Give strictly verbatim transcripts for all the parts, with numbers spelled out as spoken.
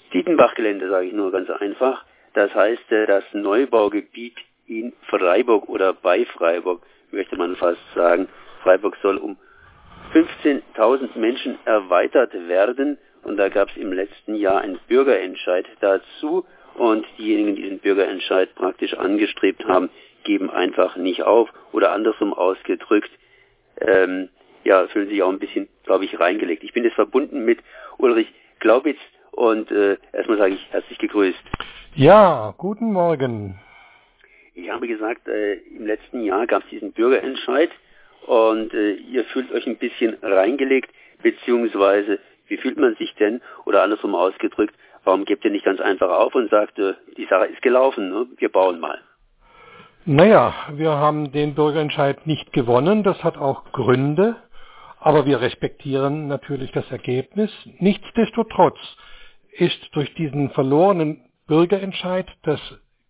Dietenbach-Gelände, sage ich nur ganz einfach. Das heißt, das Neubaugebiet in Freiburg oder bei Freiburg, möchte man fast sagen. Freiburg soll um fünfzehntausend Menschen erweitert werden. Und da gab es im letzten Jahr einen Bürgerentscheid dazu. Und diejenigen, die diesen Bürgerentscheid praktisch angestrebt haben, geben einfach nicht auf. Oder andersrum ausgedrückt, ähm, ja, fühlen sich auch ein bisschen, glaube ich, reingelegt. Ich bin jetzt verbunden mit Ulrich Glaubitz und äh, erstmal sage ich herzlich gegrüßt. Ja, guten Morgen. Ich habe gesagt, äh, im letzten Jahr gab es diesen Bürgerentscheid und äh, ihr fühlt euch ein bisschen reingelegt, beziehungsweise wie fühlt man sich denn, oder andersrum ausgedrückt, warum gebt ihr nicht ganz einfach auf und sagt, äh, die Sache ist gelaufen, ne? Wir bauen mal. Naja, wir haben den Bürgerentscheid nicht gewonnen, das hat auch Gründe, aber wir respektieren natürlich das Ergebnis. Nichtsdestotrotz ist durch diesen verlorenen Bürgerentscheid das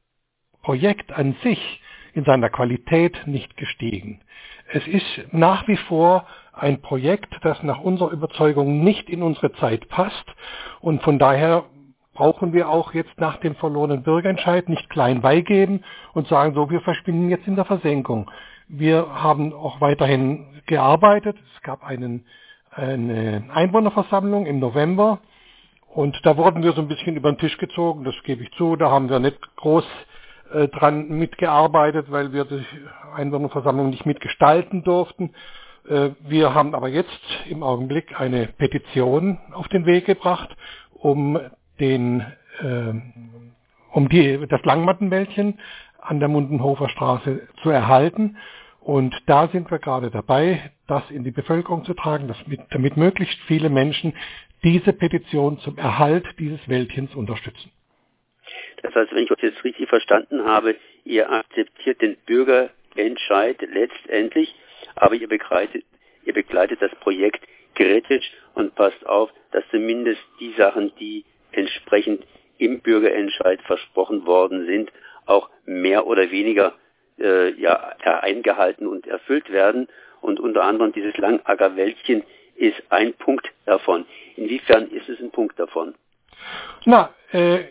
Projekt an sich in seiner Qualität nicht gestiegen. Es ist nach wie vor ein Projekt, das nach unserer Überzeugung nicht in unsere Zeit passt und von daher brauchen wir auch jetzt nach dem verlorenen Bürgerentscheid nicht klein beigeben und sagen, so, wir verschwinden jetzt in der Versenkung. Wir haben auch weiterhin gearbeitet. Es gab einen, eine Einwohnerversammlung im November und da wurden wir so ein bisschen über den Tisch gezogen, das gebe ich zu, da haben wir nicht groß äh, dran mitgearbeitet, weil wir die Einwohnerversammlung nicht mitgestalten durften. Äh, wir haben aber jetzt im Augenblick eine Petition auf den Weg gebracht, um den, äh, um die, das Langmattenwäldchen an der Mundenhofer Straße zu erhalten. Und da sind wir gerade dabei, das in die Bevölkerung zu tragen, dass mit, damit möglichst viele Menschen diese Petition zum Erhalt dieses Wäldchens unterstützen. Das heißt, wenn ich euch jetzt richtig verstanden habe, ihr akzeptiert den Bürgerentscheid letztendlich, aber ihr begleitet, ihr begleitet das Projekt kritisch und passt auf, dass zumindest die Sachen, die entsprechend im Bürgerentscheid versprochen worden sind, auch mehr oder weniger äh, ja, eingehalten und erfüllt werden. Und unter anderem dieses Langackerwäldchen ist ein Punkt davon. Inwiefern ist es ein Punkt davon? Na, äh,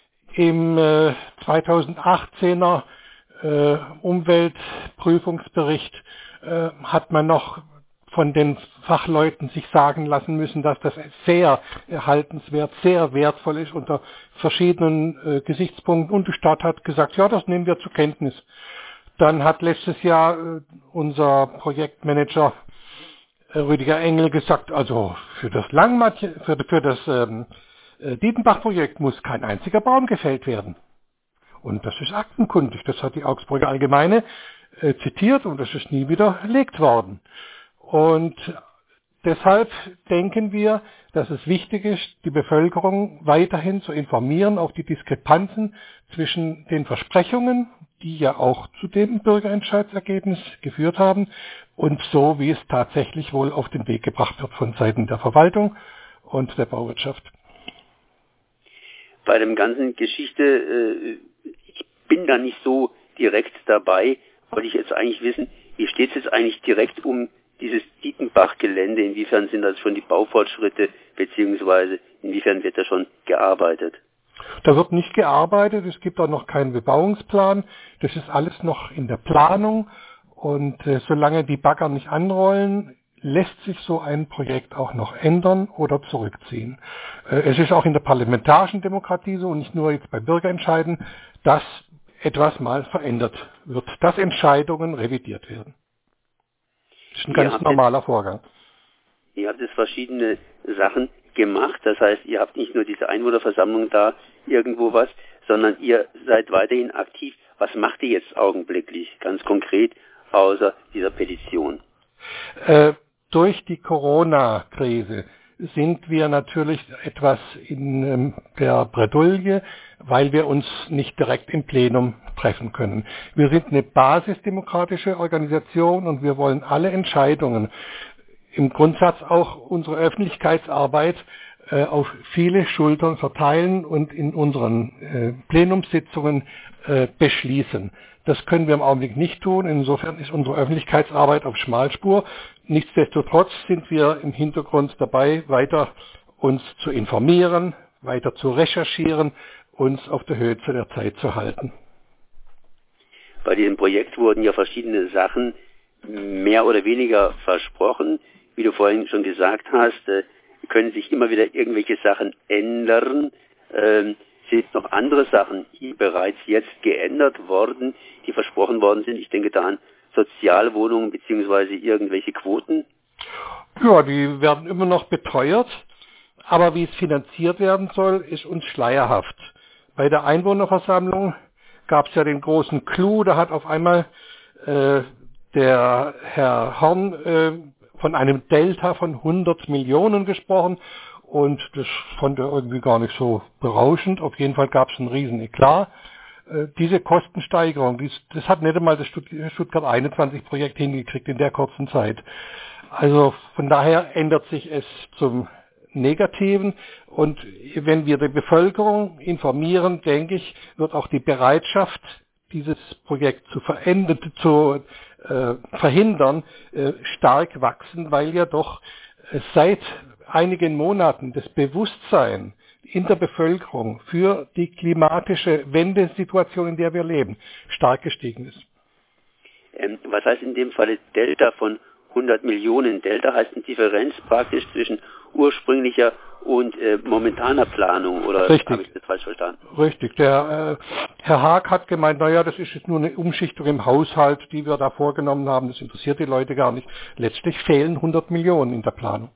im äh, zweitausendachtzehner äh, Umweltprüfungsbericht äh, hat man noch von den Fachleuten sich sagen lassen müssen, dass das sehr erhaltenswert, sehr wertvoll ist unter verschiedenen äh, Gesichtspunkten. Und die Stadt hat gesagt, ja, das nehmen wir zur Kenntnis. Dann hat letztes Jahr äh, unser Projektmanager äh, Rüdiger Engel gesagt, also für das Langmatt, für, für das ähm, äh, Dietenbach-Projekt muss kein einziger Baum gefällt werden. Und das ist aktenkundig. Das hat die Augsburger Allgemeine äh, zitiert und das ist nie widerlegt worden. Und deshalb denken wir, dass es wichtig ist, die Bevölkerung weiterhin zu informieren auf die Diskrepanzen zwischen den Versprechungen, die ja auch zu dem Bürgerentscheidsergebnis geführt haben, und so, wie es tatsächlich wohl auf den Weg gebracht wird von Seiten der Verwaltung und der Bauwirtschaft. Bei dem ganzen Geschichte, äh, ich bin da nicht so direkt dabei, wollte ich jetzt eigentlich wissen, wie steht es jetzt eigentlich direkt um dieses Dietenbach-Gelände, inwiefern sind das schon die Baufortschritte, beziehungsweise inwiefern wird da schon gearbeitet? Da wird nicht gearbeitet, es gibt auch noch keinen Bebauungsplan, das ist alles noch in der Planung und äh, solange die Bagger nicht anrollen, lässt sich so ein Projekt auch noch ändern oder zurückziehen. Äh, es ist auch in der parlamentarischen Demokratie so und nicht nur jetzt bei Bürgerentscheiden, dass etwas mal verändert wird, dass Entscheidungen revidiert werden. Das ist ein ganz normaler Vorgang. Ihr habt jetzt verschiedene Sachen gemacht. Das heißt, ihr habt nicht nur diese Einwohnerversammlung da irgendwo was, sondern ihr seid weiterhin aktiv. Was macht ihr jetzt augenblicklich, ganz konkret, außer dieser Petition? Äh, durch die Corona-Krise sind wir natürlich etwas in ähm, der Bredouille, weil wir uns nicht direkt im Plenum treffen können. Wir sind eine basisdemokratische Organisation und wir wollen alle Entscheidungen, im Grundsatz auch unsere Öffentlichkeitsarbeit, äh, auf viele Schultern verteilen und in unseren äh, Plenumssitzungen äh, beschließen. Das können wir im Augenblick nicht tun. Insofern ist unsere Öffentlichkeitsarbeit auf Schmalspur. Nichtsdestotrotz sind wir im Hintergrund dabei, weiter uns zu informieren, weiter zu recherchieren, uns auf der Höhe der Zeit zu halten. Bei diesem Projekt wurden ja verschiedene Sachen mehr oder weniger versprochen. Wie du vorhin schon gesagt hast, äh, können sich immer wieder irgendwelche Sachen ändern. Ähm, sind noch andere Sachen, die bereits jetzt geändert worden, die versprochen worden sind? Ich denke da an Sozialwohnungen beziehungsweise irgendwelche Quoten. Ja, die werden immer noch beteuert, aber wie es finanziert werden soll, ist uns schleierhaft. Bei der Einwohnerversammlung gab es ja den großen Clou, da hat auf einmal äh, der Herr Horn äh, von einem Delta von hundert Millionen gesprochen und das fand er irgendwie gar nicht so berauschend. Auf jeden Fall gab es einen riesen Eklat. Äh, diese Kostensteigerung, dies, das hat nicht einmal das Stuttgart einundzwanzig Projekt hingekriegt in der kurzen Zeit. Also von daher ändert sich es zum Negativen und wenn wir die Bevölkerung informieren, denke ich, wird auch die Bereitschaft, dieses Projekt zu verändern, zu äh, verhindern, äh, stark wachsen, weil ja doch äh, seit einigen Monaten das Bewusstsein in der Bevölkerung für die klimatische Wendesituation, in der wir leben, stark gestiegen ist. Ähm, was heißt in dem Falle Delta von hundert Millionen? Delta heißt eine Differenz praktisch zwischen ursprünglicher und äh, momentaner Planung, oder habe ich das falsch verstanden? Richtig. Der äh, Herr Haag hat gemeint, naja, das ist jetzt nur eine Umschichtung im Haushalt, die wir da vorgenommen haben, das interessiert die Leute gar nicht. Letztlich fehlen hundert Millionen in der Planung.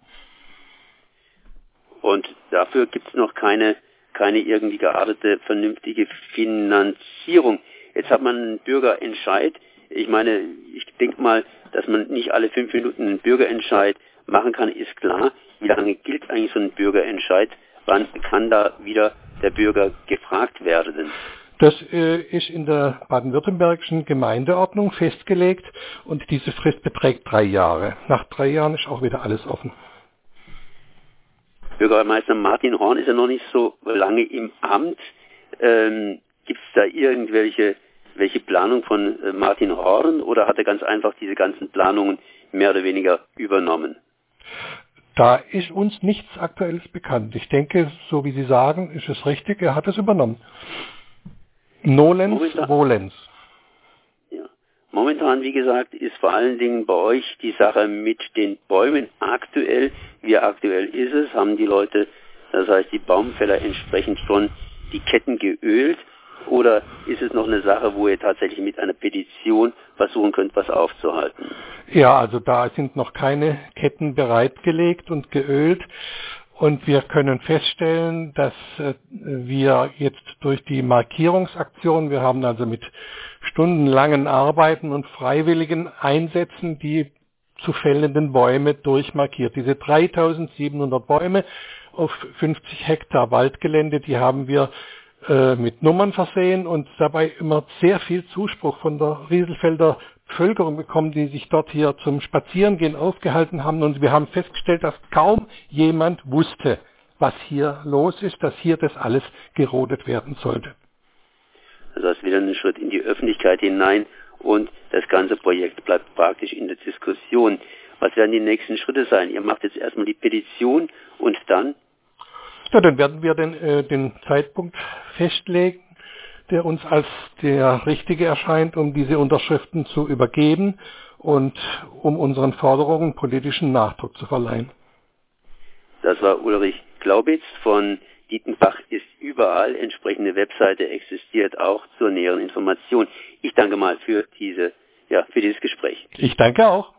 Und dafür gibt es noch keine, keine irgendwie geartete, vernünftige Finanzierung. Jetzt hat man einen Bürgerentscheid. Ich meine, ich denke mal, dass man nicht alle fünf Minuten einen Bürgerentscheid machen kann, ist klar. Wie lange gilt eigentlich so ein Bürgerentscheid? Wann kann da wieder der Bürger gefragt werden? Das äh, ist in der baden-württembergischen Gemeindeordnung festgelegt und diese Frist beträgt drei Jahre. Nach drei Jahren ist auch wieder alles offen. Bürgermeister Martin Horn ist ja noch nicht so lange im Amt. Ähm, gibt es da irgendwelche welche Planung von äh, Martin Horn oder hat er ganz einfach diese ganzen Planungen mehr oder weniger übernommen? Da ist uns nichts Aktuelles bekannt. Ich denke, so wie Sie sagen, ist es richtig, er hat es übernommen. Nolens, Momentan, volens. Ja. Momentan, wie gesagt, ist vor allen Dingen bei euch die Sache mit den Bäumen aktuell. Wie aktuell ist es? Haben die Leute, das heißt die Baumfäller, entsprechend schon die Ketten geölt? Oder ist es noch eine Sache, wo ihr tatsächlich mit einer Petition versuchen könnt, was aufzuhalten? Ja, also da sind noch keine Ketten bereitgelegt und geölt. Und wir können feststellen, dass äh, wir jetzt durch die Markierungsaktion, wir haben also mit stundenlangen Arbeiten und freiwilligen Einsätzen die zu fällenden Bäume durchmarkiert. Diese dreitausendsiebenhundert Bäume auf fünfzig Hektar Waldgelände, die haben wir äh, mit Nummern versehen und dabei immer sehr viel Zuspruch von der Rieselfelder Bevölkerung bekommen, die sich dort hier zum Spazierengehen aufgehalten haben. Und wir haben festgestellt, dass kaum jemand wusste, was hier los ist, dass hier das alles gerodet werden sollte. Also das ist wieder ein Schritt in die Öffentlichkeit hinein und das ganze Projekt bleibt praktisch in der Diskussion. Was werden die nächsten Schritte sein? Ihr macht jetzt erstmal die Petition und dann? Ja, dann werden wir den, äh, den Zeitpunkt festlegen, der uns als der richtige erscheint, um diese Unterschriften zu übergeben und um unseren Forderungen politischen Nachdruck zu verleihen. Das war Ulrich Glaubitz von Dietenbach ist überall. Entsprechende Webseite existiert auch zur näheren Information. Ich danke mal für diese, ja, für dieses Gespräch. Ich danke auch.